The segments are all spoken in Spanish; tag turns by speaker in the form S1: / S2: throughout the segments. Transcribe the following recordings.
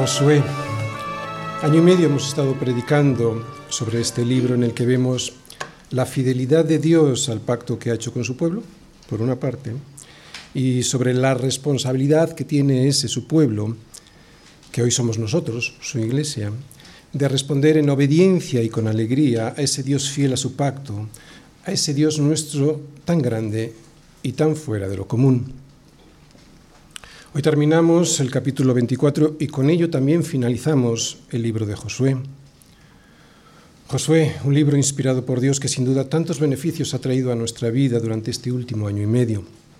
S1: Josué. Año y medio hemos estado predicando sobre este libro en el que vemos la fidelidad de Dios al pacto que ha hecho con su pueblo, por una parte, y sobre la responsabilidad que tiene ese su pueblo, que hoy somos nosotros, su iglesia, de responder en obediencia y con alegría a ese Dios fiel a su pacto, a ese Dios nuestro tan grande y tan fuera de lo común. Hoy terminamos el capítulo 24 y con ello también finalizamos el libro de Josué. Josué, un libro inspirado por Dios que sin duda tantos beneficios ha traído a nuestra vida durante este último año y medio.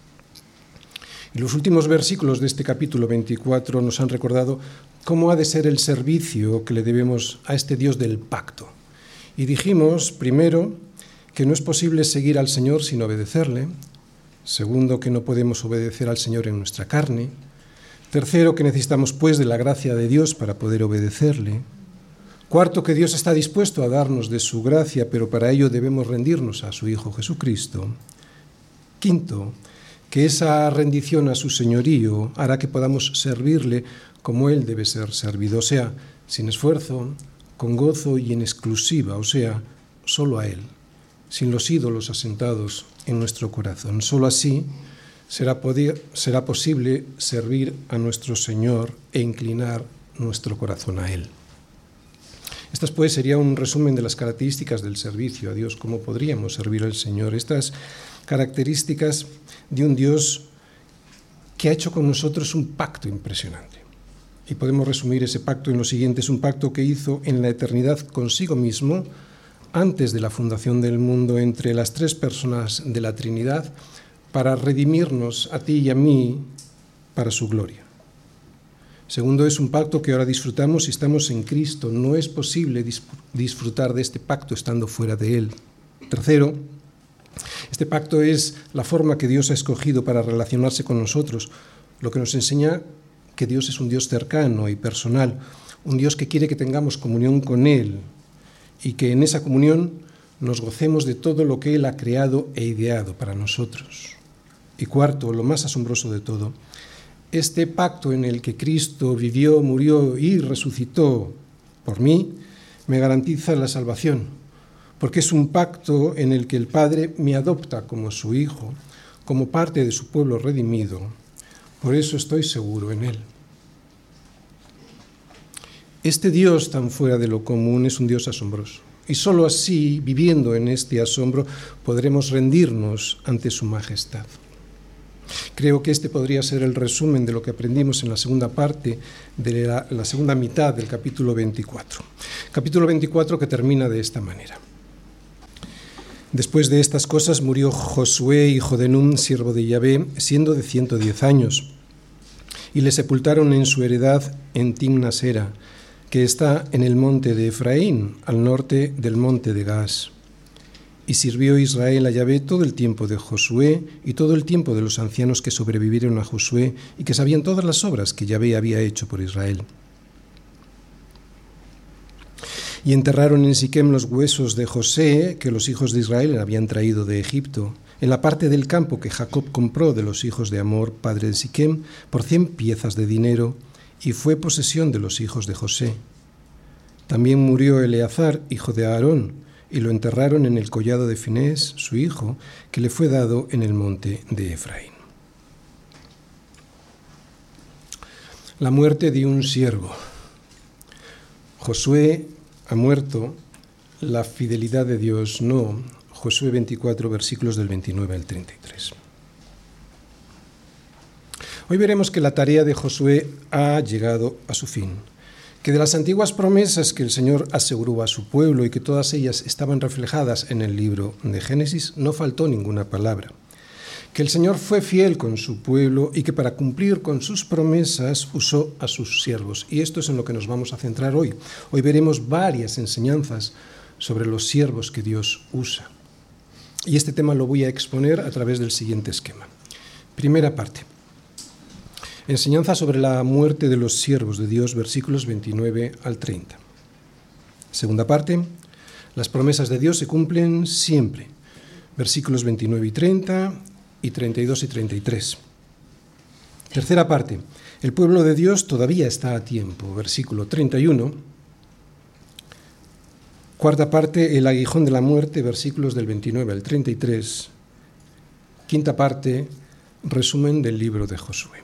S1: Y los últimos versículos de este capítulo 24 nos han recordado cómo ha de ser el servicio que le debemos a este Dios del pacto. Y dijimos, primero, que no es posible seguir al Señor sin obedecerle. Segundo, que no podemos obedecer al Señor en nuestra carne. Tercero, que necesitamos pues de la gracia de Dios para poder obedecerle. Cuarto, que Dios está dispuesto a darnos de su gracia, pero para ello debemos rendirnos a su Hijo Jesucristo. Quinto, que esa rendición a su señorío hará que podamos servirle como Él debe ser servido, o sea, sin esfuerzo, con gozo y en exclusiva, o sea, solo a Él, sin los ídolos asentados en nuestro corazón. Solo así será posible servir a nuestro Señor e inclinar nuestro corazón a Él. Estas pues sería un resumen de las características del servicio a Dios, cómo podríamos servir al Señor. Estas características de un Dios que ha hecho con nosotros un pacto impresionante. Y podemos resumir ese pacto en lo siguiente: es un pacto que hizo en la eternidad consigo mismo, antes de la fundación del mundo, entre las tres personas de la Trinidad, para redimirnos a ti y a mí para su gloria. Segundo, es un pacto que ahora disfrutamos si estamos en Cristo. No es posible disfrutar de este pacto estando fuera de Él. Tercero, este pacto es la forma que Dios ha escogido para relacionarse con nosotros, lo que nos enseña que Dios es un Dios cercano y personal, un Dios que quiere que tengamos comunión con Él y que en esa comunión nos gocemos de todo lo que Él ha creado e ideado para nosotros. Y cuarto, lo más asombroso de todo, este pacto en el que Cristo vivió, murió y resucitó por mí, me garantiza la salvación, porque es un pacto en el que el Padre me adopta como su Hijo, como parte de su pueblo redimido. Por eso estoy seguro en Él. Este Dios tan fuera de lo común es un Dios asombroso. Y solo así, viviendo en este asombro, podremos rendirnos ante su majestad. Creo que este podría ser el resumen de lo que aprendimos en la segunda parte de la segunda mitad del capítulo 24. Capítulo 24 que termina de esta manera. Después de estas cosas murió Josué, hijo de Nun, siervo de Yahvé, siendo de 110 años, y le sepultaron en su heredad en Timnasera, que está en el monte de Efraín, al norte del monte de Gaas. Y sirvió Israel a Yahvé todo el tiempo de Josué y todo el tiempo de los ancianos que sobrevivieron a Josué y que sabían todas las obras que Yahvé había hecho por Israel. Y enterraron en Siquem los huesos de José que los hijos de Israel habían traído de Egipto, en la parte del campo que Jacob compró de los hijos de Hamor, padre de Siquem, por 100 piezas de dinero, y fue posesión de los hijos de José. También murió Eleazar, hijo de Aarón, y lo enterraron en el collado de Finés, su hijo, que le fue dado en el monte de Efraín. La muerte de un siervo. Josué ha muerto, la fidelidad de Dios no. Josué 24, versículos del 29 al 33. Hoy veremos que la tarea de Josué ha llegado a su fin, que de las antiguas promesas que el Señor aseguró a su pueblo y que todas ellas estaban reflejadas en el libro de Génesis, no faltó ninguna palabra, que el Señor fue fiel con su pueblo y que para cumplir con sus promesas usó a sus siervos. Y esto es en lo que nos vamos a centrar hoy. Hoy veremos varias enseñanzas sobre los siervos que Dios usa. Y este tema lo voy a exponer a través del siguiente esquema. Primera parte. Enseñanza sobre la muerte de los siervos de Dios, versículos 29 al 30. Segunda parte, las promesas de Dios se cumplen siempre, versículos 29 y 30 y 32 y 33. Tercera parte. El pueblo de Dios todavía está a tiempo. Versículo 31. Cuarta parte, el aguijón de la muerte, versículos del 29 al 33. Quinta parte, resumen del libro de Josué.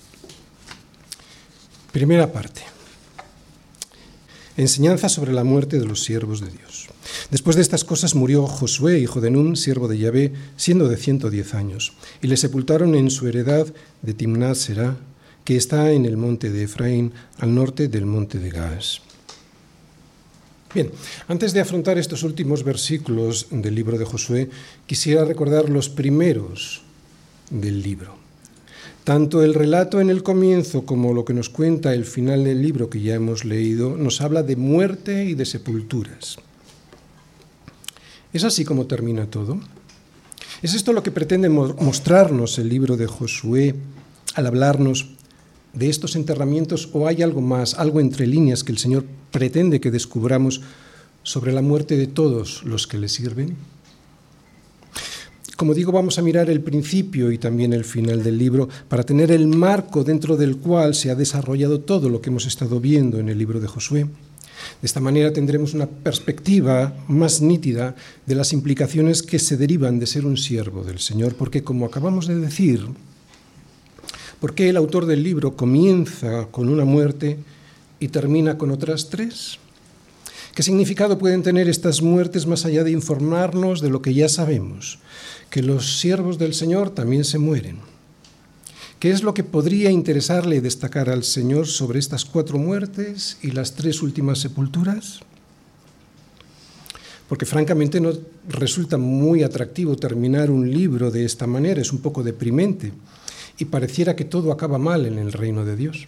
S1: Primera parte. Enseñanza sobre la muerte de los siervos de Dios. Después de estas cosas murió Josué, hijo de Nun, siervo de Yahvé, siendo de 110 años, y le sepultaron en su heredad de Timnat Será, que está en el monte de Efraín, al norte del monte de Gaas. Bien, antes de afrontar estos últimos versículos del libro de Josué, quisiera recordar los primeros del libro. Tanto el relato en el comienzo como lo que nos cuenta el final del libro que ya hemos leído, nos habla de muerte y de sepulturas. ¿Es así como termina todo? ¿Es esto lo que pretende mostrarnos el libro de Josué al hablarnos de estos enterramientos, o hay algo más, algo entre líneas que el Señor pretende que descubramos sobre la muerte de todos los que le sirven? Como digo, vamos a mirar el principio y también el final del libro para tener el marco dentro del cual se ha desarrollado todo lo que hemos estado viendo en el libro de Josué. De esta manera tendremos una perspectiva más nítida de las implicaciones que se derivan de ser un siervo del Señor, porque como acabamos de decir, ¿por qué el autor del libro comienza con una muerte y termina con otras tres? ¿Qué significado pueden tener estas muertes más allá de informarnos de lo que ya sabemos? Que los siervos del Señor también se mueren. ¿Qué es lo que podría interesarle destacar al Señor sobre estas 4 muertes y las 3 últimas sepulturas? Porque francamente no resulta muy atractivo terminar un libro de esta manera, es un poco deprimente y pareciera que todo acaba mal en el reino de Dios.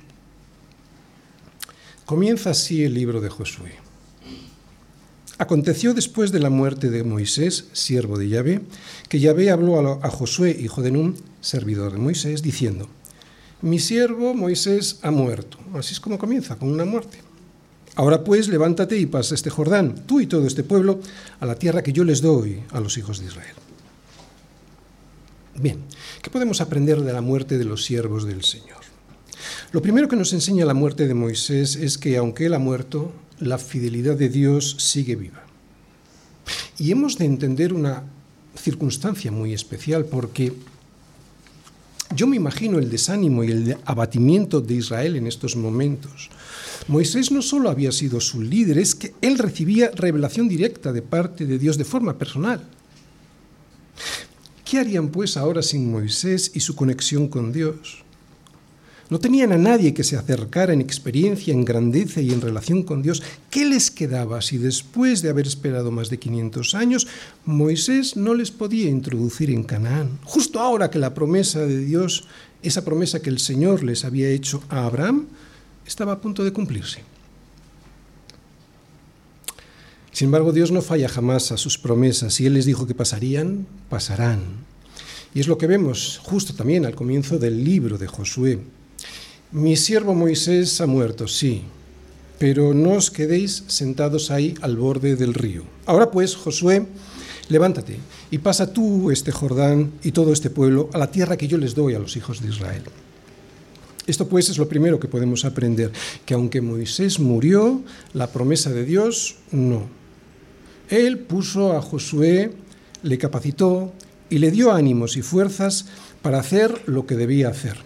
S1: Comienza así el libro de Josué. Aconteció después de la muerte de Moisés, siervo de Yahvé, que Yahvé habló a Josué, hijo de Nun, servidor de Moisés, diciendo: mi siervo Moisés ha muerto. Así es como comienza, con una muerte. Ahora pues, levántate y pasa este Jordán, tú y todo este pueblo, a la tierra que yo les doy a los hijos de Israel. Bien, ¿qué podemos aprender de la muerte de los siervos del Señor? Lo primero que nos enseña la muerte de Moisés es que, aunque él ha muerto, la fidelidad de Dios sigue viva. Y hemos de entender una circunstancia muy especial, porque yo me imagino el desánimo y el abatimiento de Israel en estos momentos. Moisés no solo había sido su líder, es que él recibía revelación directa de parte de Dios de forma personal. ¿Qué harían pues ahora sin Moisés y su conexión con Dios? No tenían a nadie que se acercara en experiencia, en grandeza y en relación con Dios. ¿Qué les quedaba si después de haber esperado más de 500 años, Moisés no les podía introducir en Canaán? Justo ahora que la promesa de Dios, esa promesa que el Señor les había hecho a Abraham, estaba a punto de cumplirse. Sin embargo, Dios no falla jamás a sus promesas. Si Él les dijo que pasarían, pasarán. Y es lo que vemos justo también al comienzo del libro de Josué. Mi siervo Moisés ha muerto, sí, pero no os quedéis sentados ahí al borde del río. Ahora pues, Josué, levántate y pasa tú este Jordán y todo este pueblo a la tierra que yo les doy a los hijos de Israel. Esto pues es lo primero que podemos aprender, que aunque Moisés murió, la promesa de Dios no. Él puso a Josué, le capacitó y le dio ánimos y fuerzas para hacer lo que debía hacer.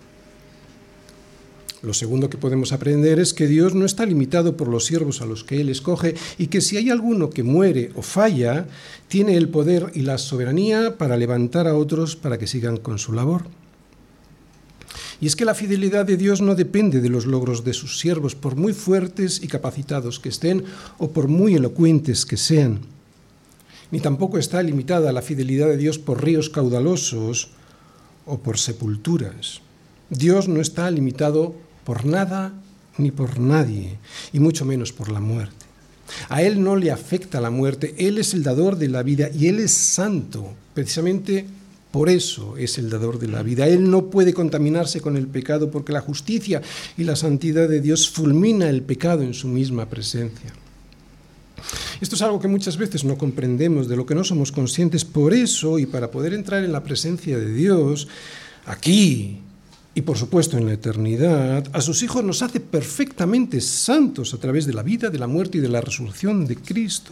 S1: Lo segundo que podemos aprender es que Dios no está limitado por los siervos a los que Él escoge y que si hay alguno que muere o falla, tiene el poder y la soberanía para levantar a otros para que sigan con su labor. Y es que la fidelidad de Dios no depende de los logros de sus siervos, por muy fuertes y capacitados que estén o por muy elocuentes que sean. Ni tampoco está limitada la fidelidad de Dios por ríos caudalosos o por sepulturas. Dios no está limitado por nada ni por nadie, y mucho menos por la muerte. A Él no le afecta la muerte, Él es el dador de la vida y Él es santo. Precisamente por eso es el dador de la vida. Él no puede contaminarse con el pecado porque la justicia y la santidad de Dios fulmina el pecado en su misma presencia. Esto es algo que muchas veces no comprendemos, de lo que no somos conscientes. Por eso, y para poder entrar en la presencia de Dios, aquí y por supuesto en la eternidad, a sus hijos nos hace perfectamente santos a través de la vida, de la muerte y de la resurrección de Cristo.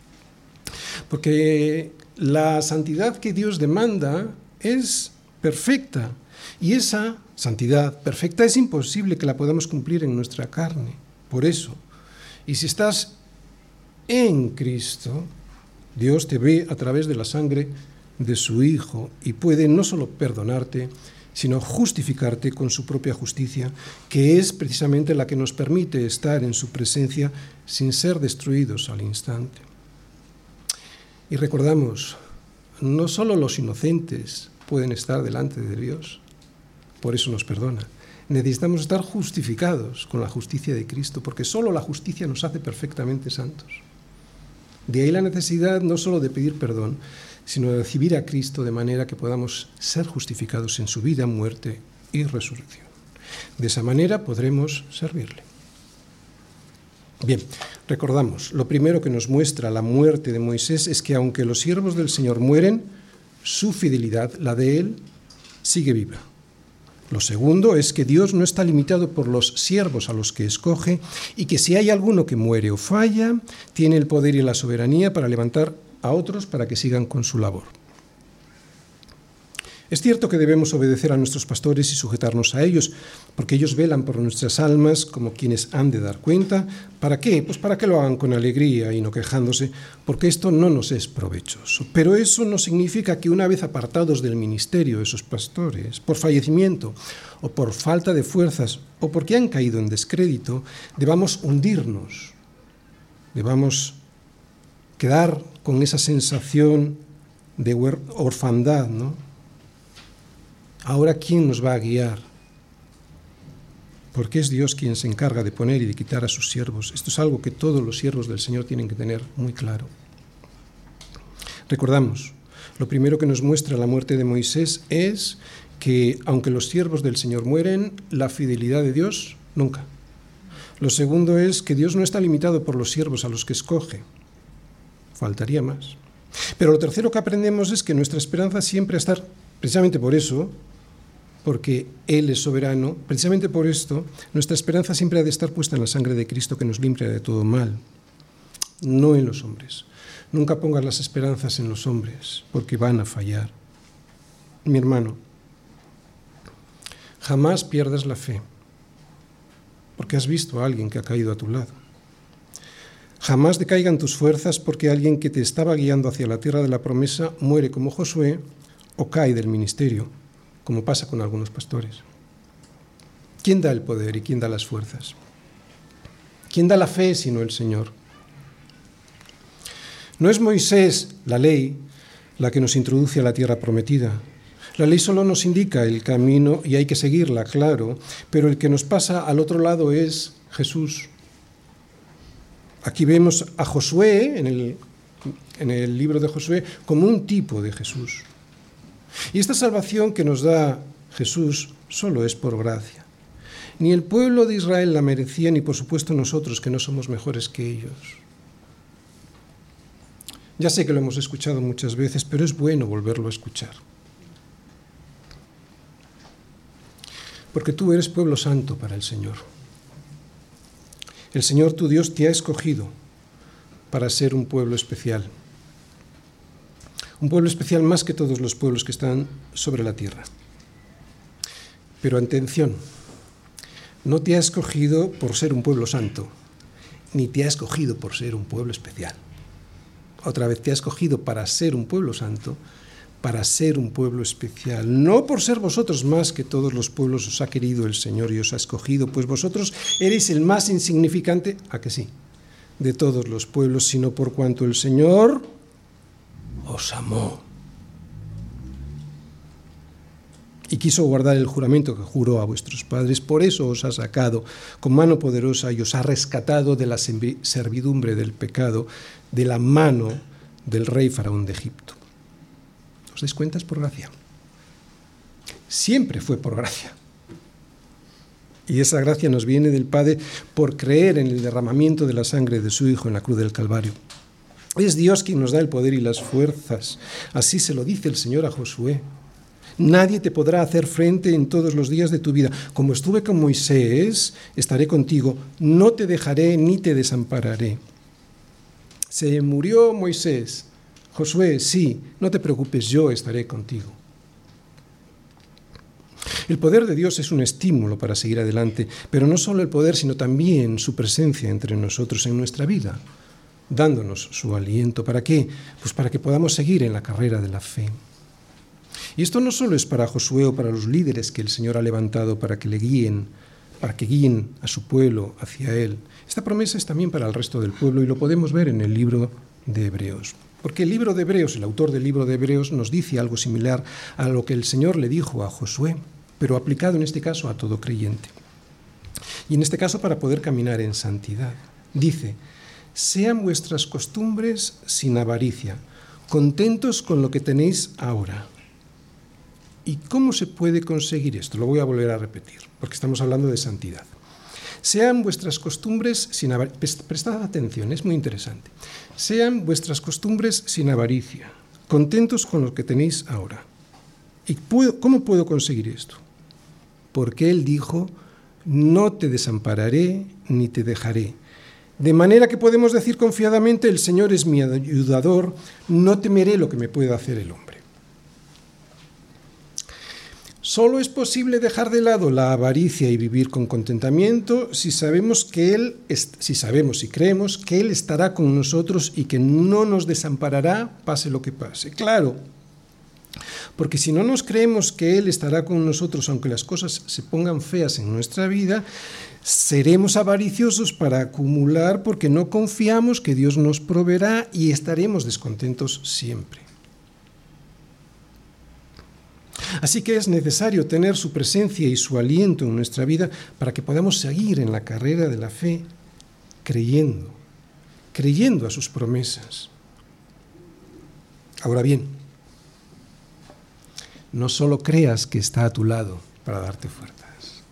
S1: Porque la santidad que Dios demanda es perfecta, y esa santidad perfecta es imposible que la podamos cumplir en nuestra carne. Por eso, y si estás en Cristo, Dios te ve a través de la sangre de su Hijo y puede no solo perdonarte, sino justificarte con su propia justicia, que es precisamente la que nos permite estar en su presencia sin ser destruidos al instante. Y recordamos, no solo los inocentes pueden estar delante de Dios, por eso nos perdona. Necesitamos estar justificados con la justicia de Cristo, porque solo la justicia nos hace perfectamente santos. De ahí la necesidad no solo de pedir perdón, sino de recibir a Cristo de manera que podamos ser justificados en su vida, muerte y resurrección. De esa manera podremos servirle. Bien, recordamos, lo primero que nos muestra la muerte de Moisés es que aunque los siervos del Señor mueren, su fidelidad, la de él, sigue viva. Lo segundo es que Dios no está limitado por los siervos a los que escoge y que si hay alguno que muere o falla, tiene el poder y la soberanía para levantar a otros para que sigan con su labor. Es cierto que debemos obedecer a nuestros pastores y sujetarnos a ellos, porque ellos velan por nuestras almas como quienes han de dar cuenta. ¿Para qué? Pues para que lo hagan con alegría y no quejándose, porque esto no nos es provechoso. Pero eso no significa que una vez apartados del ministerio de esos pastores, por fallecimiento o por falta de fuerzas o porque han caído en descrédito, debamos hundirnos, debamos quedar con esa sensación de orfandad, ¿no? Ahora, ¿quién nos va a guiar? Porque es Dios quien se encarga de poner y de quitar a sus siervos. Esto es algo que todos los siervos del Señor tienen que tener muy claro. Recordamos, lo primero que nos muestra la muerte de Moisés es que, aunque los siervos del Señor mueren, la fidelidad de Dios nunca. Lo segundo es que Dios no está limitado por los siervos a los que escoge. Faltaría más. Pero lo tercero que aprendemos es que nuestra esperanza siempre está, precisamente por eso, porque Él es soberano, precisamente por esto, nuestra esperanza siempre ha de estar puesta en la sangre de Cristo que nos limpia de todo mal, no en los hombres. Nunca pongas las esperanzas en los hombres, porque van a fallar. Mi hermano, jamás pierdas la fe, porque has visto a alguien que ha caído a tu lado. Jamás decaigan tus fuerzas porque alguien que te estaba guiando hacia la tierra de la promesa muere como Josué o cae del ministerio, como pasa con algunos pastores. ¿Quién da el poder y quién da las fuerzas? ¿Quién da la fe sino el Señor? No es Moisés, la ley, la que nos introduce a la tierra prometida. La ley solo nos indica el camino y hay que seguirla, claro, pero el que nos pasa al otro lado es Jesús. Aquí vemos a Josué, en el libro de Josué, como un tipo de Jesús. Y esta salvación que nos da Jesús solo es por gracia. Ni el pueblo de Israel la merecía, ni por supuesto nosotros, que no somos mejores que ellos. Ya sé que lo hemos escuchado muchas veces, pero es bueno volverlo a escuchar. Porque tú eres pueblo santo para el Señor. El Señor tu Dios te ha escogido para ser un pueblo especial. Un pueblo especial más que todos los pueblos que están sobre la tierra. Pero atención, no te ha escogido por ser un pueblo santo, ni te ha escogido por ser un pueblo especial. Otra vez, te ha escogido para ser un pueblo santo, para ser un pueblo especial. No por ser vosotros más que todos los pueblos os ha querido el Señor y os ha escogido, pues vosotros eres el más insignificante, ¿a que sí?, de todos los pueblos, sino por cuanto el Señor os amó y quiso guardar el juramento que juró a vuestros padres. Por eso os ha sacado con mano poderosa y os ha rescatado de la servidumbre del pecado, de la mano del rey faraón de Egipto. ¿Os dais cuenta? Es por gracia. Siempre fue por gracia. Y esa gracia nos viene del Padre por creer en el derramamiento de la sangre de su Hijo en la cruz del Calvario. Es Dios quien nos da el poder y las fuerzas. Así se lo dice el Señor a Josué. Nadie te podrá hacer frente en todos los días de tu vida. Como estuve con Moisés, estaré contigo. No te dejaré ni te desampararé. Se murió Moisés. Josué, sí, no te preocupes, yo estaré contigo. El poder de Dios es un estímulo para seguir adelante, pero no solo el poder, sino también su presencia entre nosotros en nuestra vida, dándonos su aliento. ¿Para qué? Pues para que podamos seguir en la carrera de la fe. Y esto no solo es para Josué o para los líderes que el Señor ha levantado para que le guíen, para que guíen a su pueblo hacia Él. Esta promesa es también para el resto del pueblo y lo podemos ver en el libro de Hebreos. Porque el libro de Hebreos, el autor del libro de Hebreos, nos dice algo similar a lo que el Señor le dijo a Josué, pero aplicado en este caso a todo creyente. Y en este caso para poder caminar en santidad. Dice, sean vuestras costumbres sin avaricia, contentos con lo que tenéis ahora. ¿Y cómo se puede conseguir esto? Lo voy a volver a repetir, porque estamos hablando de santidad. Sean vuestras costumbres sin avaricia. Prestad atención, es muy interesante. Sean vuestras costumbres sin avaricia, contentos con lo que tenéis ahora. ¿Y cómo puedo conseguir esto? Porque Él dijo, no te desampararé ni te dejaré. De manera que podemos decir confiadamente, el Señor es mi ayudador, no temeré lo que me pueda hacer el hombre. Solo es posible dejar de lado la avaricia y vivir con contentamiento si sabemos y creemos que Él estará con nosotros y que no nos desamparará, pase lo que pase. Claro, porque si no nos creemos que Él estará con nosotros, aunque las cosas se pongan feas en nuestra vida, seremos avariciosos para acumular porque no confiamos que Dios nos proveerá y estaremos descontentos siempre. Así que es necesario tener su presencia y su aliento en nuestra vida para que podamos seguir en la carrera de la fe creyendo a sus promesas. Ahora bien, no solo creas que está a tu lado para darte fuerzas.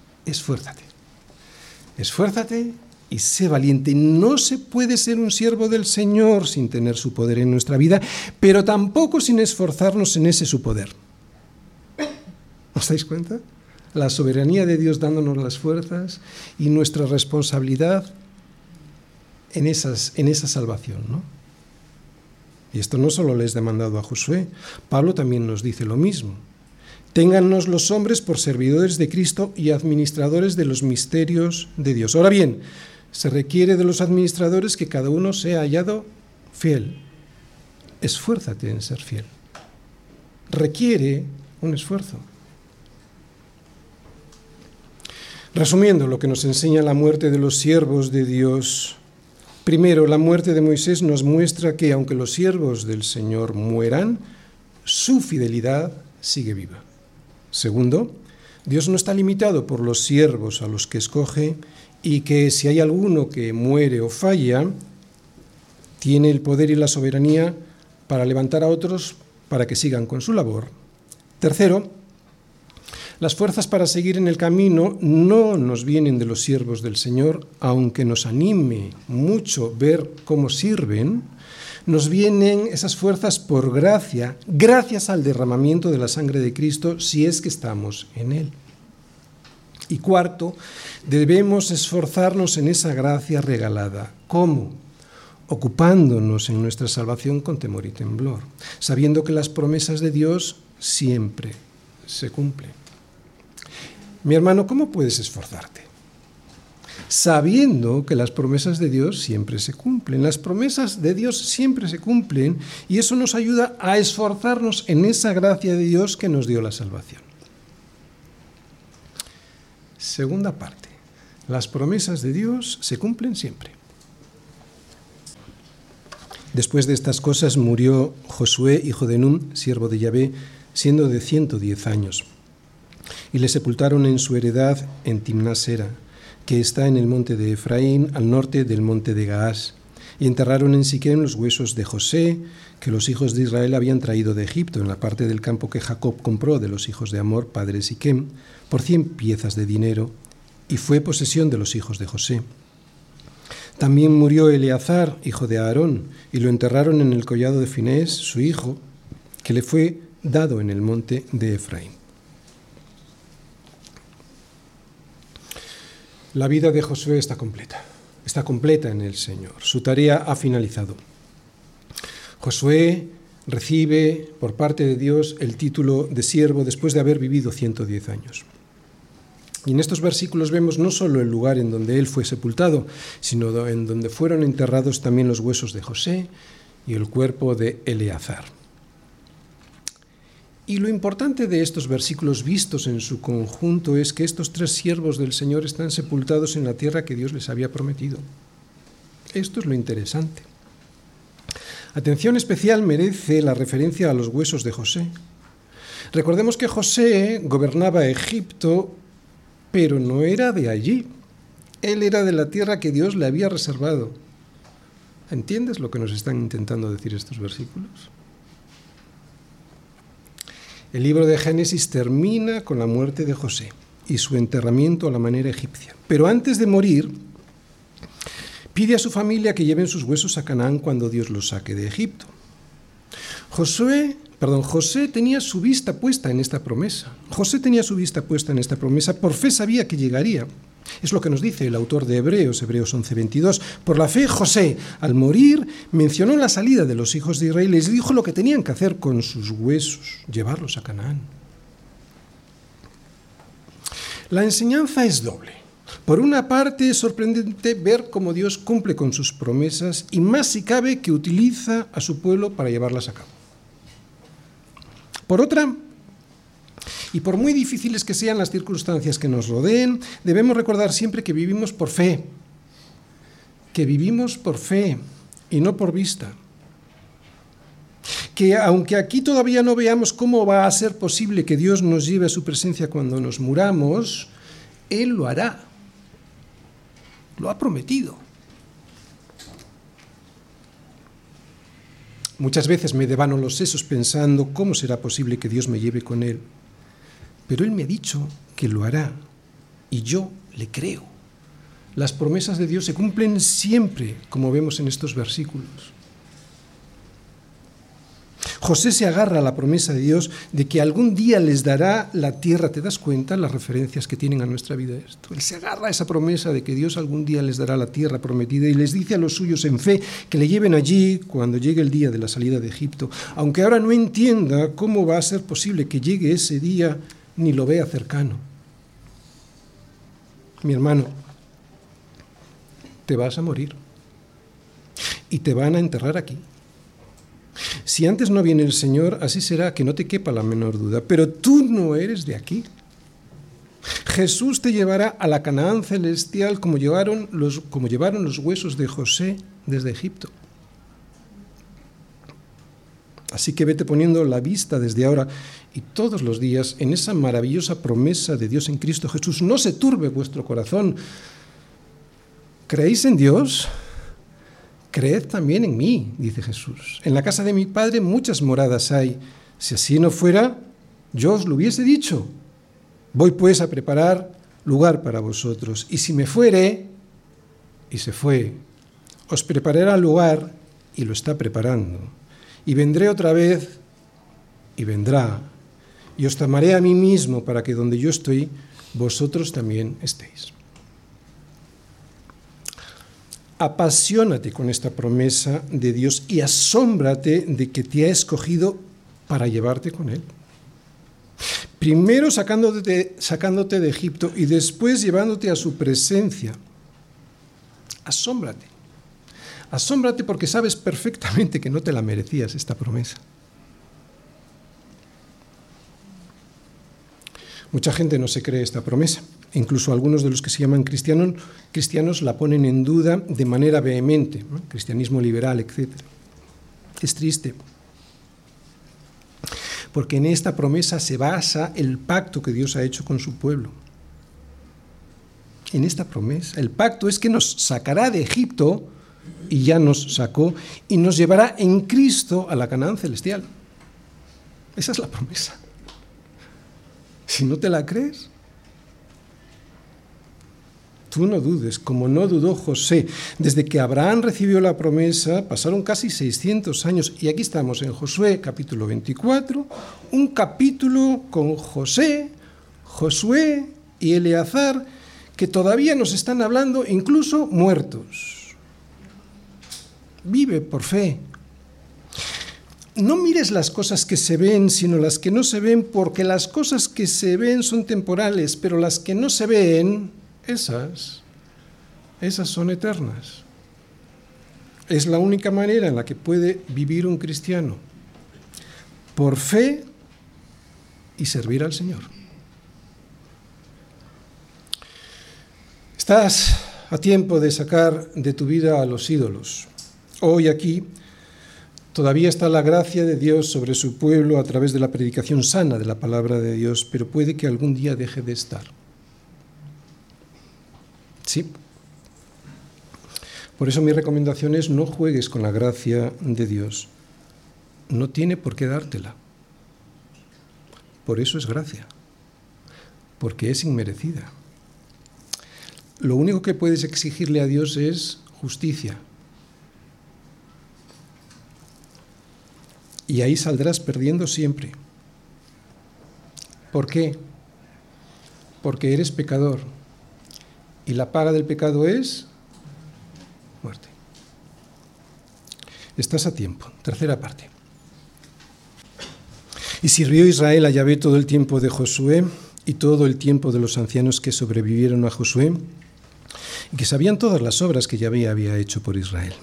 S1: Esfuérzate y sé valiente. No se puede ser un siervo del Señor sin tener su poder en nuestra vida, pero tampoco sin esforzarnos en ese su poder. ¿Os dais cuenta? La soberanía de Dios dándonos las fuerzas y nuestra responsabilidad en esa salvación, ¿no? Y esto no solo le es demandado a Josué, Pablo también nos dice lo mismo. Téngannos los hombres por servidores de Cristo y administradores de los misterios de Dios. Ahora bien, se requiere de los administradores que cada uno sea hallado fiel. Esfuérzate en ser fiel. Requiere un esfuerzo. Resumiendo lo que nos enseña la muerte de los siervos de Dios, primero, la muerte de Moisés nos muestra que aunque los siervos del Señor mueran, su fidelidad sigue viva. Segundo, Dios no está limitado por los siervos a los que escoge y que si hay alguno que muere o falla, tiene el poder y la soberanía para levantar a otros para que sigan con su labor. Tercero, las fuerzas para seguir en el camino no nos vienen de los siervos del Señor, aunque nos anime mucho ver cómo sirven, nos vienen esas fuerzas por gracia, gracias al derramamiento de la sangre de Cristo, si es que estamos en Él. Y cuarto, debemos esforzarnos en esa gracia regalada. ¿Cómo? Ocupándonos en nuestra salvación con temor y temblor, sabiendo que las promesas de Dios siempre se cumplen. Mi hermano, ¿cómo puedes esforzarte? Sabiendo que las promesas de Dios siempre se cumplen. Las promesas de Dios siempre se cumplen y eso nos ayuda a esforzarnos en esa gracia de Dios que nos dio la salvación. Segunda parte. Las promesas de Dios se cumplen siempre. Después de estas cosas murió Josué, hijo de Nun, siervo de Yahvé, siendo de 110 años. Y le sepultaron en su heredad en Timnasera, que está en el monte de Efraín, al norte del monte de Gaás. Y enterraron en Siquem los huesos de José, que los hijos de Israel habían traído de Egipto, en la parte del campo que Jacob compró de los hijos de Amor, padre de Siquem, por 100 piezas de dinero, y fue posesión de los hijos de José. También murió Eleazar, hijo de Aarón, y lo enterraron en el collado de Finés, su hijo, que le fue dado en el monte de Efraín. La vida de Josué está completa en el Señor. Su tarea ha finalizado. Josué recibe por parte de Dios el título de siervo después de haber vivido 110 años. Y en estos versículos vemos no solo el lugar en donde él fue sepultado, sino en donde fueron enterrados también los huesos de José y el cuerpo de Eleazar. Y lo importante de estos versículos vistos en su conjunto es que estos 3 siervos del Señor están sepultados en la tierra que Dios les había prometido. Esto es lo interesante. Atención especial merece la referencia a los huesos de José. Recordemos que José gobernaba Egipto, pero no era de allí. Él era de la tierra que Dios le había reservado. ¿Entiendes lo que nos están intentando decir estos versículos? El libro de Génesis termina con la muerte de José y su enterramiento a la manera egipcia. Pero antes de morir, pide a su familia que lleven sus huesos a Canaán cuando Dios los saque de Egipto. José tenía su vista puesta en esta promesa. Por fe sabía que llegaría. Es lo que nos dice el autor de Hebreos 11:22. Por la fe, José, al morir, mencionó la salida de los hijos de Israel y les dijo lo que tenían que hacer con sus huesos, llevarlos a Canaán. La enseñanza es doble. Por una parte, es sorprendente ver cómo Dios cumple con sus promesas y más si cabe que utiliza a su pueblo para llevarlas a cabo. Por otra, y por muy difíciles que sean las circunstancias que nos rodeen, debemos recordar siempre que vivimos por fe y no por vista. Que aunque aquí todavía no veamos cómo va a ser posible que Dios nos lleve a su presencia cuando nos muramos, Él lo hará. Lo ha prometido. Muchas veces me devano los sesos pensando cómo será posible que Dios me lleve con Él. Pero Él me ha dicho que lo hará y yo le creo. Las promesas de Dios se cumplen siempre, como vemos en estos versículos. José se agarra a la promesa de Dios de que algún día les dará la tierra. ¿Te das cuenta las referencias que tienen a nuestra vida esto? Él se agarra a esa promesa de que Dios algún día les dará la tierra prometida y les dice a los suyos en fe que le lleven allí cuando llegue el día de la salida de Egipto. Aunque ahora no entienda cómo va a ser posible que llegue ese día ni lo vea cercano. Mi hermano, te vas a morir y te van a enterrar aquí. Si antes no viene el Señor, así será, que no te quepa la menor duda. Pero tú no eres de aquí. Jesús te llevará a la Canaán celestial como llevaron los huesos de José desde Egipto. Así que vete poniendo la vista desde ahora y todos los días en esa maravillosa promesa de Dios en Cristo Jesús. No se turbe vuestro corazón. ¿Creéis en Dios? Creed también en mí, dice Jesús. En la casa de mi Padre muchas moradas hay. Si así no fuera, yo os lo hubiese dicho. Voy pues a preparar lugar para vosotros. Y si me fuere, y se fue, os preparará lugar, y lo está preparando. Y vendré otra vez, y vendrá, y os tomaré a mí mismo para que donde yo estoy, vosotros también estéis. Apasionate con esta promesa de Dios y asómbrate de que te ha escogido para llevarte con Él. Primero sacándote de Egipto y después llevándote a su presencia. Asómbrate. Asómbrate porque sabes perfectamente que no te la merecías esta promesa. Mucha gente no se cree esta promesa. Incluso algunos de los que se llaman cristianos la ponen en duda de manera vehemente, ¿no? Cristianismo liberal, etc. Es triste, porque en esta promesa se basa el pacto que Dios ha hecho con su pueblo. En esta promesa, el pacto es que nos sacará de Egipto, y ya nos sacó, y nos llevará en Cristo a la Canaán celestial. Esa es la promesa. Si no te la crees, Tú no dudes, como no dudó José. Desde que Abraham recibió la promesa, pasaron casi 600 años. Y aquí estamos en Josué, capítulo 24, un capítulo con José, Josué y Eleazar, que todavía nos están hablando incluso muertos. Vive por fe. No mires las cosas que se ven, sino las que no se ven, porque las cosas que se ven son temporales, pero las que no se ven, esas son eternas. Es la única manera en la que puede vivir un cristiano, por fe y servir al Señor. Estás a tiempo de sacar de tu vida a los ídolos. Hoy aquí todavía está la gracia de Dios sobre su pueblo a través de la predicación sana de la palabra de Dios, pero puede que algún día deje de estar. Sí. Por eso mi recomendación es: no juegues con la gracia de Dios. No tiene por qué dártela. Por eso es gracia, porque es inmerecida. Lo único que puedes exigirle a Dios es justicia. Y ahí saldrás perdiendo siempre. ¿Por qué? Porque eres pecador. Y la paga del pecado es muerte. Estás a tiempo. Tercera parte. Y sirvió Israel a Yahvé todo el tiempo de Josué y todo el tiempo de los ancianos que sobrevivieron a Josué y que sabían todas las obras que Yahvé había hecho por Israel.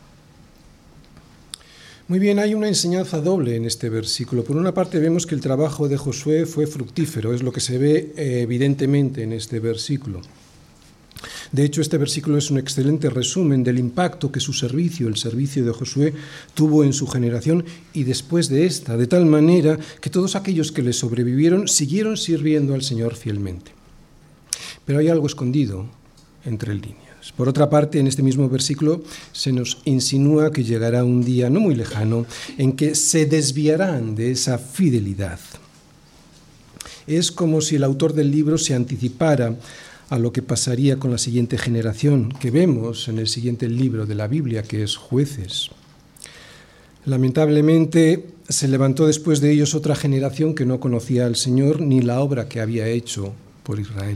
S1: Muy bien, hay una enseñanza doble en este versículo. Por una parte vemos que el trabajo de Josué fue fructífero, es lo que se ve evidentemente en este versículo. De hecho, este versículo es un excelente resumen del impacto que su servicio, el servicio de Josué, tuvo en su generación y después de esta, de tal manera que todos aquellos que le sobrevivieron siguieron sirviendo al Señor fielmente. Pero hay algo escondido entre líneas. Por otra parte, en este mismo versículo se nos insinúa que llegará un día no muy lejano en que se desviarán de esa fidelidad. Es como si el autor del libro se anticipara a lo que pasaría con la siguiente generación que vemos en el siguiente libro de la Biblia, que es Jueces. Lamentablemente se levantó después de ellos otra generación que no conocía al Señor ni la obra que había hecho por Israel.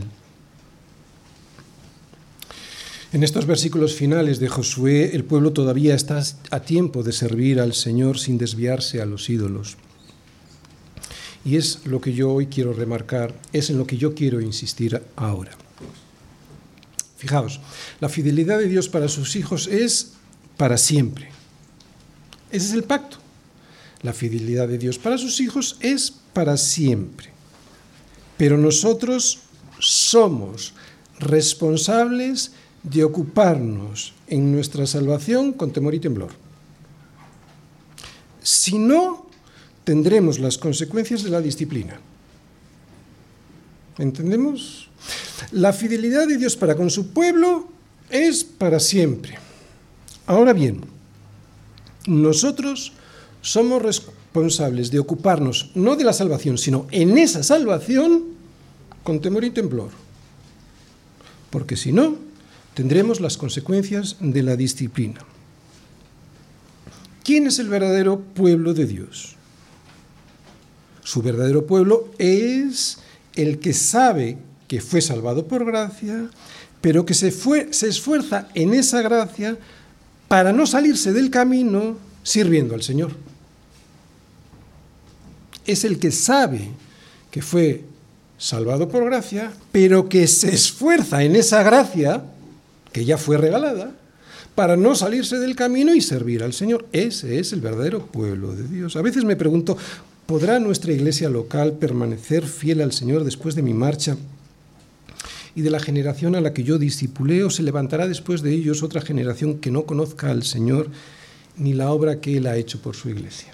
S1: En estos versículos finales de Josué, el pueblo todavía está a tiempo de servir al Señor sin desviarse a los ídolos. Y es lo que yo hoy quiero remarcar, es en lo que yo quiero insistir ahora. Fijaos, la fidelidad de Dios para sus hijos es para siempre. Ese es el pacto. La fidelidad de Dios para sus hijos es para siempre. Pero nosotros somos responsables de ocuparnos en nuestra salvación con temor y temblor. Si no, tendremos las consecuencias de la disciplina. ¿Entendemos? La fidelidad de Dios para con su pueblo es para siempre. Ahora bien, nosotros somos responsables de ocuparnos no de la salvación, sino en esa salvación con temor y temblor. Porque si no, tendremos las consecuencias de la disciplina. ¿Quién es el verdadero pueblo de Dios? Su verdadero pueblo es el que sabe que fue salvado por gracia, pero que se esfuerza en esa gracia para no salirse del camino sirviendo al Señor. Es el que sabe que fue salvado por gracia, pero que se esfuerza en esa gracia que ya fue regalada, para no salirse del camino y servir al Señor. Ese es el verdadero pueblo de Dios. A veces me pregunto, ¿podrá nuestra iglesia local permanecer fiel al Señor después de mi marcha y de la generación a la que yo discipulé, o se levantará después de ellos otra generación que no conozca al Señor ni la obra que Él ha hecho por su iglesia?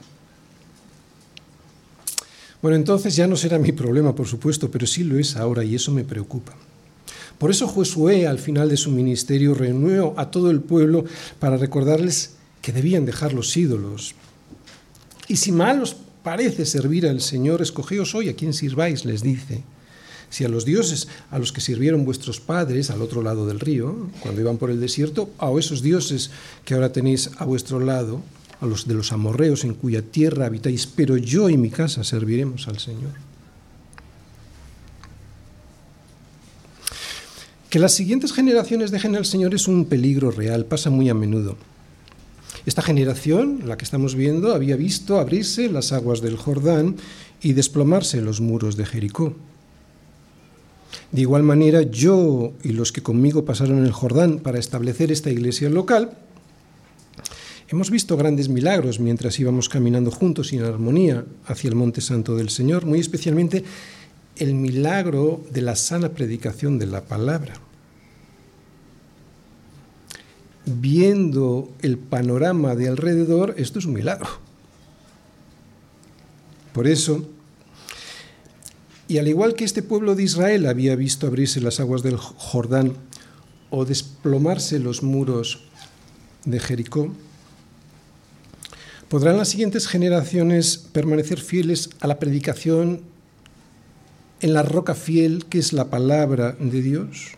S1: Bueno, entonces ya no será mi problema, por supuesto, pero sí lo es ahora y eso me preocupa. Por eso Josué, al final de su ministerio, reunió a todo el pueblo para recordarles que debían dejar los ídolos. Y si mal os parece servir al Señor, escogeos hoy a quien sirváis, les dice. Si a los dioses a los que sirvieron vuestros padres al otro lado del río, cuando iban por el desierto, a esos dioses que ahora tenéis a vuestro lado, a los de los amorreos en cuya tierra habitáis, pero yo y mi casa serviremos al Señor. Que las siguientes generaciones dejen al Señor es un peligro real, pasa muy a menudo. Esta generación, la que estamos viendo, había visto abrirse las aguas del Jordán y desplomarse los muros de Jericó. De igual manera, yo y los que conmigo pasaron el Jordán para establecer esta iglesia local, hemos visto grandes milagros mientras íbamos caminando juntos y en armonía hacia el Monte Santo del Señor, muy especialmente el milagro de la sana predicación de la palabra. Viendo el panorama de alrededor, esto es un milagro. Por eso, y al igual que este pueblo de Israel había visto abrirse las aguas del Jordán o desplomarse los muros de Jericó, ¿podrán las siguientes generaciones permanecer fieles a la predicación en la roca fiel que es la palabra de Dios?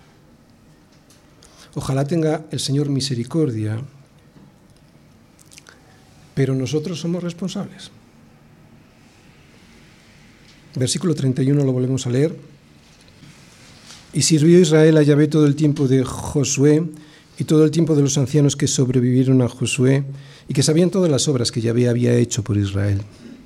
S1: Ojalá tenga el Señor misericordia, pero nosotros somos responsables. Versículo 31 lo volvemos a leer. Y sirvió Israel a Yahvé todo el tiempo de Josué y todo el tiempo de los ancianos que sobrevivieron a Josué y que sabían todas las obras que Yahvé había hecho por Israel.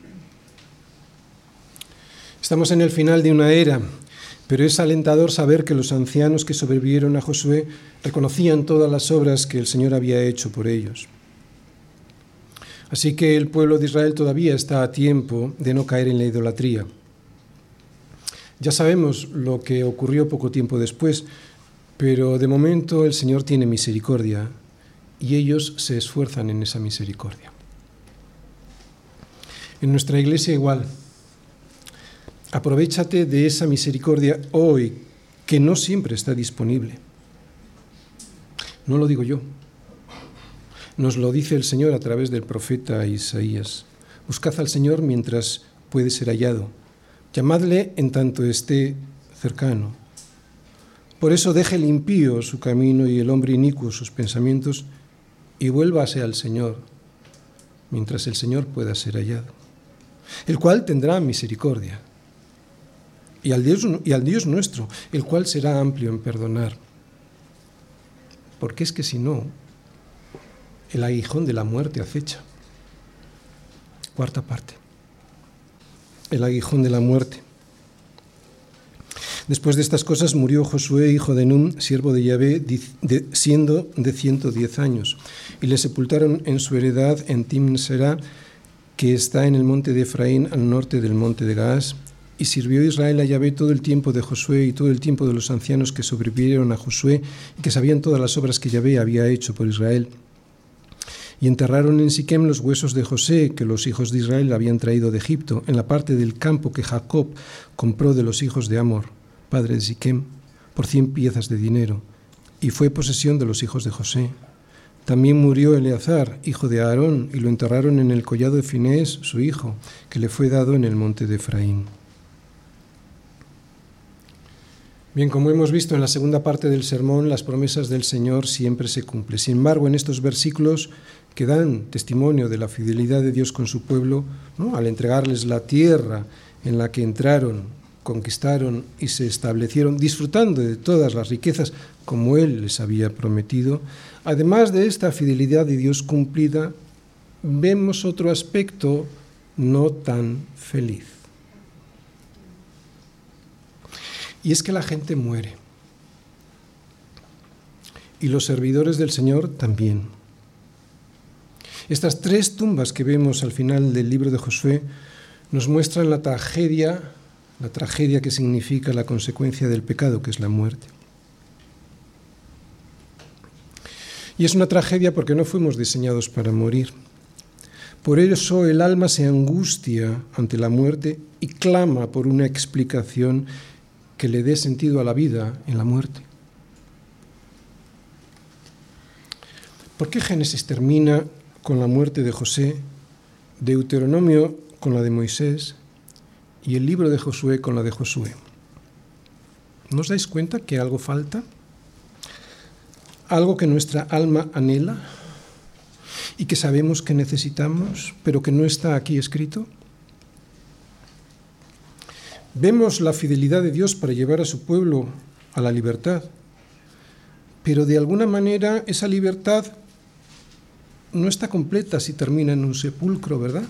S1: Estamos en el final de una era, pero es alentador saber que los ancianos que sobrevivieron a Josué reconocían todas las obras que el Señor había hecho por ellos. Así que el pueblo de Israel todavía está a tiempo de no caer en la idolatría. Ya sabemos lo que ocurrió poco tiempo después, pero de momento el Señor tiene misericordia y ellos se esfuerzan en esa misericordia. En nuestra iglesia igual. Aprovéchate de esa misericordia hoy, que no siempre está disponible. No lo digo yo. Nos lo dice el Señor a través del profeta Isaías. Buscad al Señor mientras puede ser hallado. Llamadle en tanto esté cercano. Por eso deje el impío su camino y el hombre inicuo sus pensamientos y vuélvase al Señor mientras el Señor pueda ser hallado, el cual tendrá misericordia. Y al Dios nuestro, el cual será amplio en perdonar. Porque es que si no, el aguijón de la muerte acecha. Cuarta parte. El aguijón de la muerte. Después de estas cosas murió Josué, hijo de Nun, siervo de Yahvé, siendo de 110 años. Y le sepultaron en su heredad en Timserá, que está en el monte de Efraín, al norte del monte de Gaás. Y sirvió Israel a Yahvé todo el tiempo de Josué y todo el tiempo de los ancianos que sobrevivieron a Josué y que sabían todas las obras que Yahvé había hecho por Israel. Y enterraron en Siquem los huesos de José que los hijos de Israel habían traído de Egipto, en la parte del campo que Jacob compró de los hijos de Amor, padre de Siquem, por 100 piezas de dinero, y fue posesión de los hijos de José. También murió Eleazar, hijo de Aarón, y lo enterraron en el collado de Finés, su hijo, que le fue dado en el monte de Efraín. Bien, como hemos visto en la segunda parte del sermón, las promesas del Señor siempre se cumplen. Sin embargo, en estos versículos que dan testimonio de la fidelidad de Dios con su pueblo, ¿no?, al entregarles la tierra en la que entraron, conquistaron y se establecieron, disfrutando de todas las riquezas como Él les había prometido, además de esta fidelidad de Dios cumplida, vemos otro aspecto no tan feliz. Y es que la gente muere. Y los servidores del Señor también. Estas 3 tumbas que vemos al final del libro de Josué nos muestran la tragedia que significa la consecuencia del pecado, que es la muerte. Y es una tragedia porque no fuimos diseñados para morir. Por eso el alma se angustia ante la muerte y clama por una explicación que le dé sentido a la vida en la muerte. ¿Por qué Génesis termina con la muerte de José, Deuteronomio con la de Moisés y el libro de Josué con la de Josué? ¿No os dais cuenta que algo falta? Algo que nuestra alma anhela y que sabemos que necesitamos, pero que no está aquí escrito. Vemos la fidelidad de Dios para llevar a su pueblo a la libertad, pero de alguna manera esa libertad no está completa si termina en un sepulcro, ¿verdad?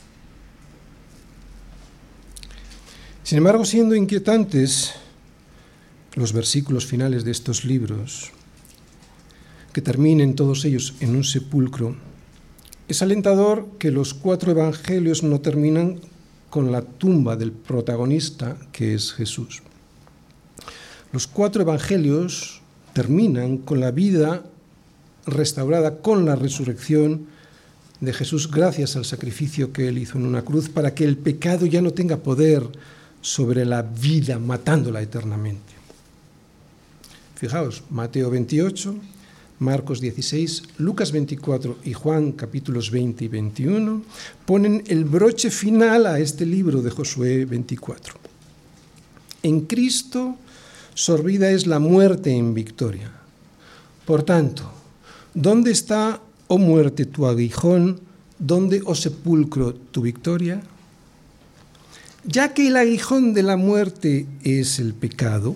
S1: Sin embargo, siendo inquietantes los versículos finales de estos libros, que terminen todos ellos en un sepulcro, es alentador que los 4 evangelios no terminan con la tumba del protagonista, que es Jesús. Los 4 evangelios terminan con la vida restaurada, con la resurrección de Jesús, gracias al sacrificio que él hizo en una cruz, para que el pecado ya no tenga poder sobre la vida, matándola eternamente. Fijaos, Mateo 28, Marcos 16, Lucas 24 y Juan capítulos 20 y 21 ponen el broche final a este libro de Josué 24. En Cristo sorbida es la muerte en victoria. Por tanto, ¿dónde está, oh muerte, tu aguijón? ¿Dónde, oh sepulcro, tu victoria? Ya que el aguijón de la muerte es el pecado,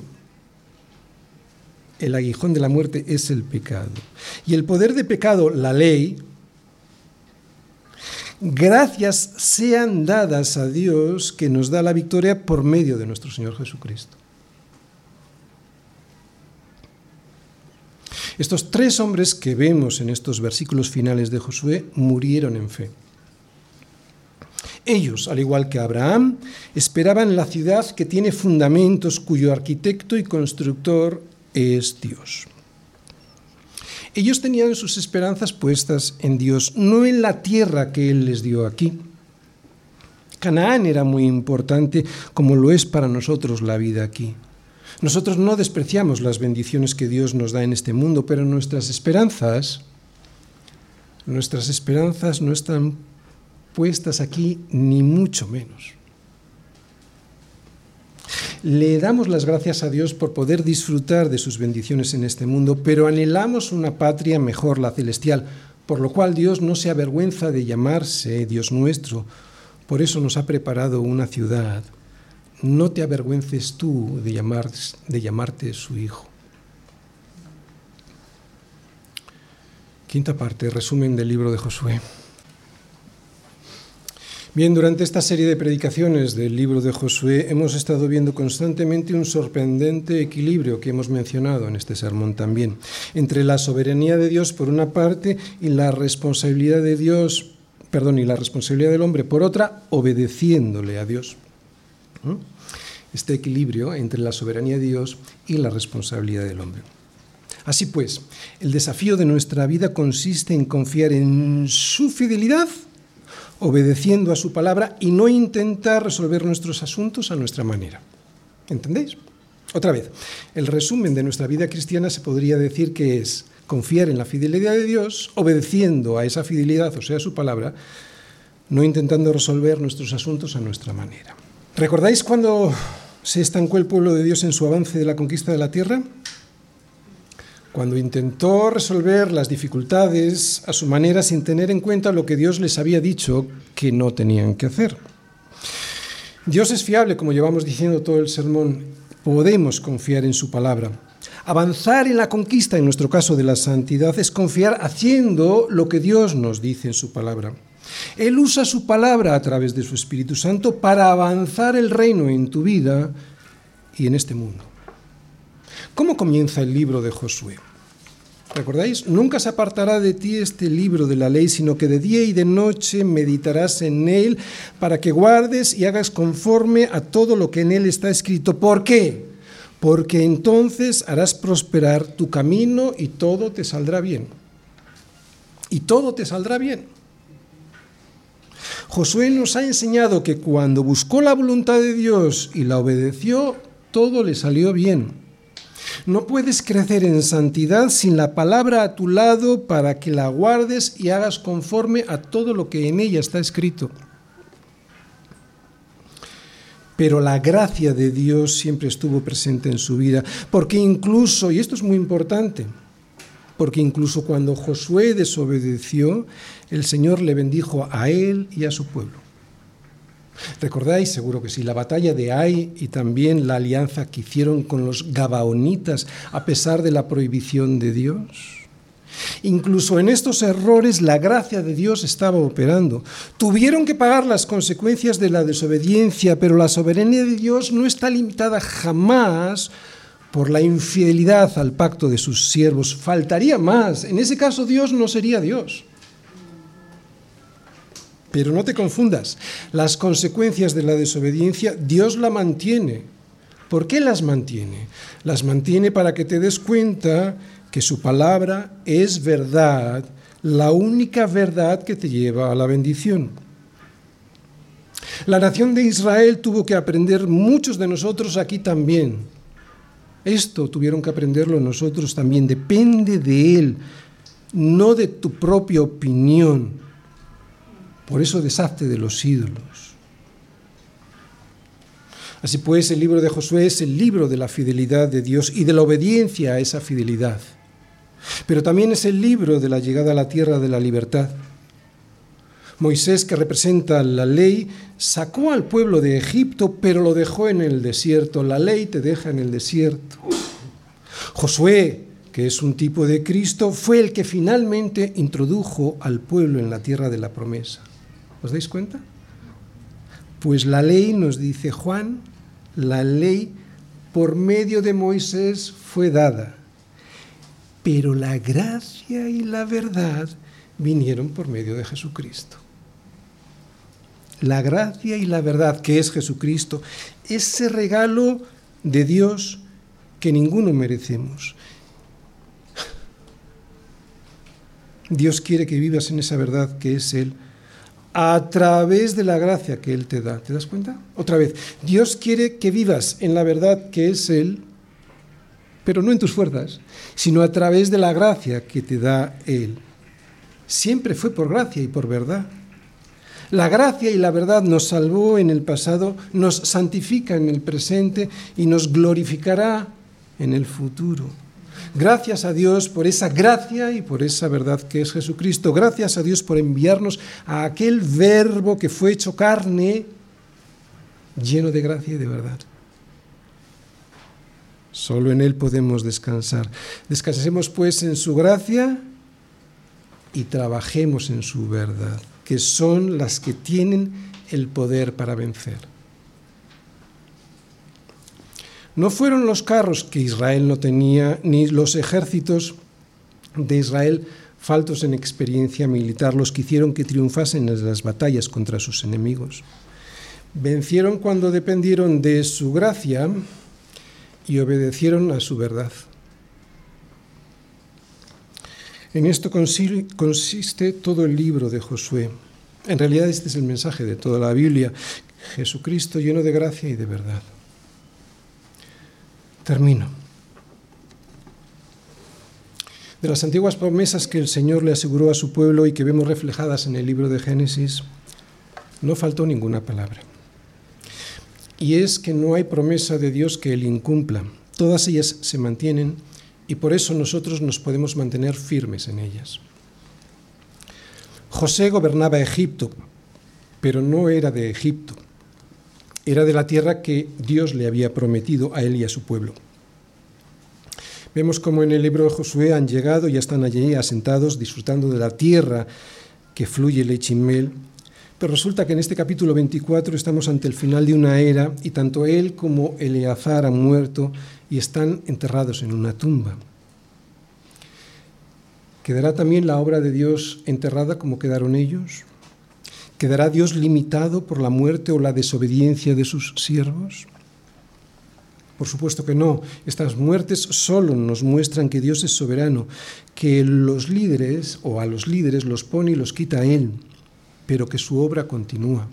S1: el aguijón de la muerte es el pecado, y el poder de pecado, la ley, gracias sean dadas a Dios que nos da la victoria por medio de nuestro Señor Jesucristo. Estos 3 hombres que vemos en estos versículos finales de Josué murieron en fe. Ellos, al igual que Abraham, esperaban la ciudad que tiene fundamentos, cuyo arquitecto y constructor es Dios. Ellos tenían sus esperanzas puestas en Dios, no en la tierra que Él les dio aquí. Canaán era muy importante, como lo es para nosotros la vida aquí. Nosotros no despreciamos las bendiciones que Dios nos da en este mundo, pero nuestras esperanzas no están puestas aquí, ni mucho menos. Le damos las gracias a Dios por poder disfrutar de sus bendiciones en este mundo, pero anhelamos una patria mejor, la celestial, por lo cual Dios no se avergüenza de llamarse Dios nuestro. Por eso nos ha preparado una ciudad. No te avergüences tú de llamarte su hijo. Quinta parte, resumen del libro de Josué. Bien, durante esta serie de predicaciones del libro de Josué hemos estado viendo constantemente un sorprendente equilibrio que hemos mencionado en este sermón también, entre la soberanía de Dios por una parte y la responsabilidad del hombre por otra, obedeciéndole a Dios. Este equilibrio entre la soberanía de Dios y la responsabilidad del hombre. Así pues, el desafío de nuestra vida consiste en confiar en su fidelidad, obedeciendo a su palabra y no intentar resolver nuestros asuntos a nuestra manera. ¿Entendéis? Otra vez, el resumen de nuestra vida cristiana se podría decir que es confiar en la fidelidad de Dios, obedeciendo a esa fidelidad, o sea, a su palabra, no intentando resolver nuestros asuntos a nuestra manera. ¿Recordáis cuando se estancó el pueblo de Dios en su avance de la conquista de la tierra? Cuando intentó resolver las dificultades a su manera sin tener en cuenta lo que Dios les había dicho que no tenían que hacer. Dios es fiable, como llevamos diciendo todo el sermón. Podemos confiar en su palabra. Avanzar en la conquista, en nuestro caso de la santidad, es confiar haciendo lo que Dios nos dice en su palabra. Él usa su palabra a través de su Espíritu Santo para avanzar el reino en tu vida y en este mundo. ¿Cómo comienza el libro de Josué? ¿Recordáis? Nunca se apartará de ti este libro de la ley, sino que de día y de noche meditarás en él para que guardes y hagas conforme a todo lo que en él está escrito. ¿Por qué? Porque entonces harás prosperar tu camino y todo te saldrá bien. Y todo te saldrá bien. Josué nos ha enseñado que cuando buscó la voluntad de Dios y la obedeció, todo le salió bien. No puedes crecer en santidad sin la palabra a tu lado para que la guardes y hagas conforme a todo lo que en ella está escrito. pero la gracia de Dios siempre estuvo presente en su vida, porque incluso, y esto es muy importante, porque incluso cuando Josué desobedeció, el Señor le bendijo a él y a su pueblo. ¿Recordáis? Seguro que sí, la batalla de Ai y también la alianza que hicieron con los gabaonitas a pesar de la prohibición de Dios. Incluso en estos errores la gracia de Dios estaba operando. Tuvieron que pagar las consecuencias de la desobediencia, pero la soberanía de Dios no está limitada jamás por la infidelidad al pacto de sus siervos. Faltaría más. En ese caso Dios no sería Dios. Pero no te confundas. Las consecuencias de la desobediencia Dios la mantiene. ¿Por qué las mantiene? Las mantiene para que te des cuenta que su palabra es verdad, la única verdad que te lleva a la bendición. La nación de Israel tuvo que aprender, muchos de nosotros aquí también. Esto tuvieron que aprenderlo nosotros también. Depende de Él, no de tu propia opinión. Por eso deshazte de los ídolos. Así pues, el libro de Josué es el libro de la fidelidad de Dios y de la obediencia a esa fidelidad. Pero también es el libro de la llegada a la tierra de la libertad. Moisés, que representa la ley, sacó al pueblo de Egipto, pero lo dejó en el desierto. La ley te deja en el desierto. Josué, que es un tipo de Cristo, fue el que finalmente introdujo al pueblo en la tierra de la promesa. ¿Os dais cuenta? Pues la ley, nos dice Juan, la ley por medio de Moisés fue dada, pero la gracia y la verdad vinieron por medio de Jesucristo. La gracia y la verdad, que es Jesucristo, ese regalo de Dios que ninguno merecemos. Dios quiere que vivas en esa verdad que es Él, a través de la gracia que Él te da. ¿Te das cuenta? Otra vez, Dios quiere que vivas en la verdad que es Él, pero no en tus fuerzas, sino a través de la gracia que te da Él. Siempre fue por gracia y por verdad. La gracia y la verdad nos salvó en el pasado, nos santifica en el presente y nos glorificará en el futuro. Gracias a Dios por esa gracia y por esa verdad que es Jesucristo. Gracias a Dios por enviarnos a aquel Verbo que fue hecho carne, lleno de gracia y de verdad. Solo en Él podemos descansar. Descansemos pues en su gracia y trabajemos en su verdad, que son las que tienen el poder para vencer. No fueron los carros que Israel no tenía, ni los ejércitos de Israel faltos en experiencia militar los que hicieron que triunfasen en las batallas contra sus enemigos. Vencieron cuando dependieron de su gracia y obedecieron a su verdad. En esto consiste todo el libro de Josué. En realidad este es el mensaje de toda la Biblia. Jesucristo lleno de gracia y de verdad. Termino. De las antiguas promesas que el Señor le aseguró a su pueblo y que vemos reflejadas en el libro de Génesis, no faltó ninguna palabra. Y es que no hay promesa de Dios que Él incumpla. Todas ellas se mantienen y por eso nosotros nos podemos mantener firmes en ellas. José gobernaba Egipto, pero no era de Egipto. Era de la tierra que Dios le había prometido a él y a su pueblo. Vemos cómo en el libro de Josué han llegado y ya están allí asentados, disfrutando de la tierra que fluye leche y miel. Pero resulta que en este capítulo 24 estamos ante el final de una era y tanto él como Eleazar han muerto y están enterrados en una tumba. ¿Quedará también la obra de Dios enterrada como quedaron ellos? ¿Quedará Dios limitado por la muerte o la desobediencia de sus siervos? Por supuesto que no. Estas muertes solo nos muestran que Dios es soberano, que los líderes o a los líderes los pone y los quita Él, pero que su obra continúa.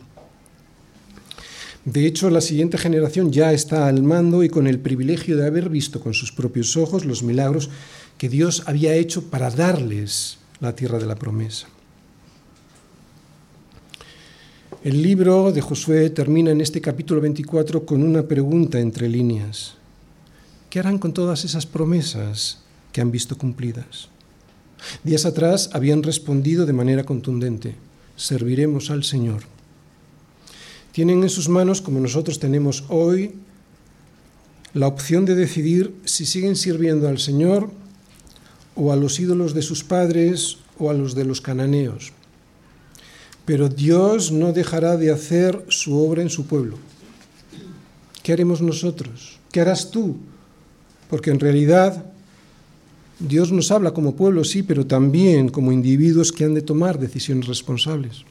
S1: De hecho, la siguiente generación ya está al mando y con el privilegio de haber visto con sus propios ojos los milagros que Dios había hecho para darles la tierra de la promesa. El libro de Josué termina en este capítulo 24 con una pregunta entre líneas. ¿Qué harán con todas esas promesas que han visto cumplidas? Días atrás habían respondido de manera contundente: serviremos al Señor. Tienen en sus manos, como nosotros tenemos hoy, la opción de decidir si siguen sirviendo al Señor o a los ídolos de sus padres o a los de los cananeos. Pero Dios no dejará de hacer su obra en su pueblo. ¿Qué haremos nosotros? ¿Qué harás tú? Porque en realidad Dios nos habla como pueblo, sí, pero también como individuos que han de tomar decisiones responsables.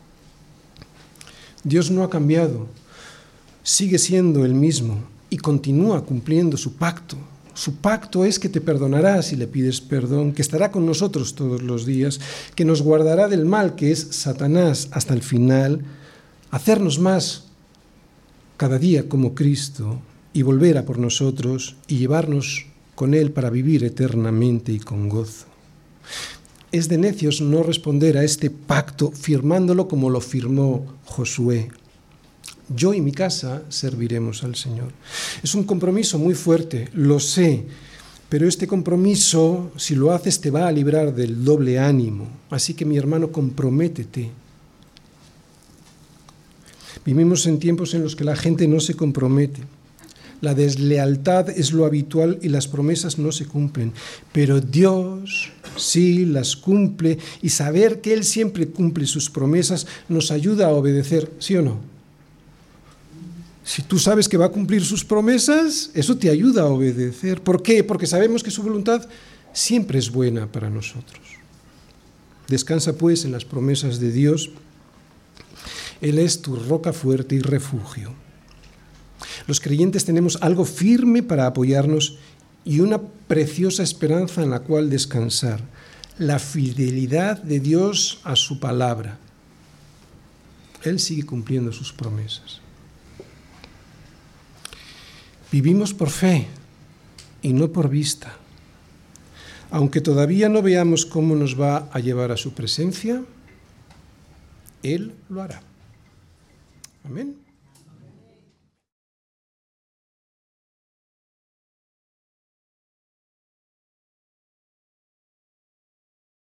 S1: Dios no ha cambiado, sigue siendo el mismo y continúa cumpliendo su pacto. Su pacto es que te perdonará si le pides perdón, que estará con nosotros todos los días, que nos guardará del mal, que es Satanás, hasta el final, hacernos más cada día como Cristo y volver a por nosotros y llevarnos con Él para vivir eternamente y con gozo. Es de necios no responder a este pacto firmándolo como lo firmó Josué. Yo y mi casa serviremos al Señor. Es un compromiso muy fuerte, lo sé, pero este compromiso, si lo haces, te va a librar del doble ánimo. Así que, mi hermano, comprométete. Vivimos en tiempos en los que la gente no se compromete. La deslealtad es lo habitual y las promesas no se cumplen. Pero Dios sí las cumple, y saber que Él siempre cumple sus promesas nos ayuda a obedecer, ¿sí o no? Si tú sabes que va a cumplir sus promesas, eso te ayuda a obedecer. ¿Por qué? Porque sabemos que su voluntad siempre es buena para nosotros. Descansa pues en las promesas de Dios. Él es tu roca fuerte y refugio. Los creyentes tenemos algo firme para apoyarnos y una preciosa esperanza en la cual descansar: la fidelidad de Dios a su palabra. Él sigue cumpliendo sus promesas. Vivimos por fe y no por vista. Aunque todavía no veamos cómo nos va a llevar a su presencia, Él lo hará. Amén.